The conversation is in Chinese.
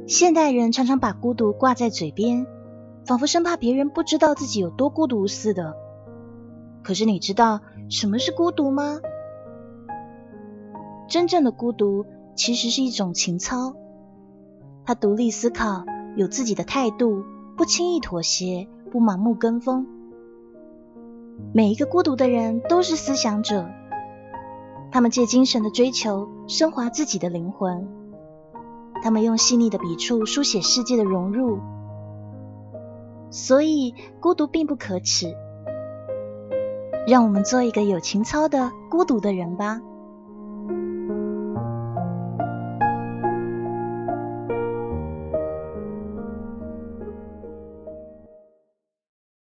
现代人常常把孤独挂在嘴边，仿佛生怕别人不知道自己有多孤独似的。可是你知道什么是孤独吗？真正的孤独其实是一种情操，他独立思考，有自己的态度，不轻易妥协，不盲目跟风。每一个孤独的人都是思想者，他们借精神的追求升华自己的灵魂，他们用细腻的笔触书写世界的融入。所以孤独并不可耻，让我们做一个有情操的孤独的人吧。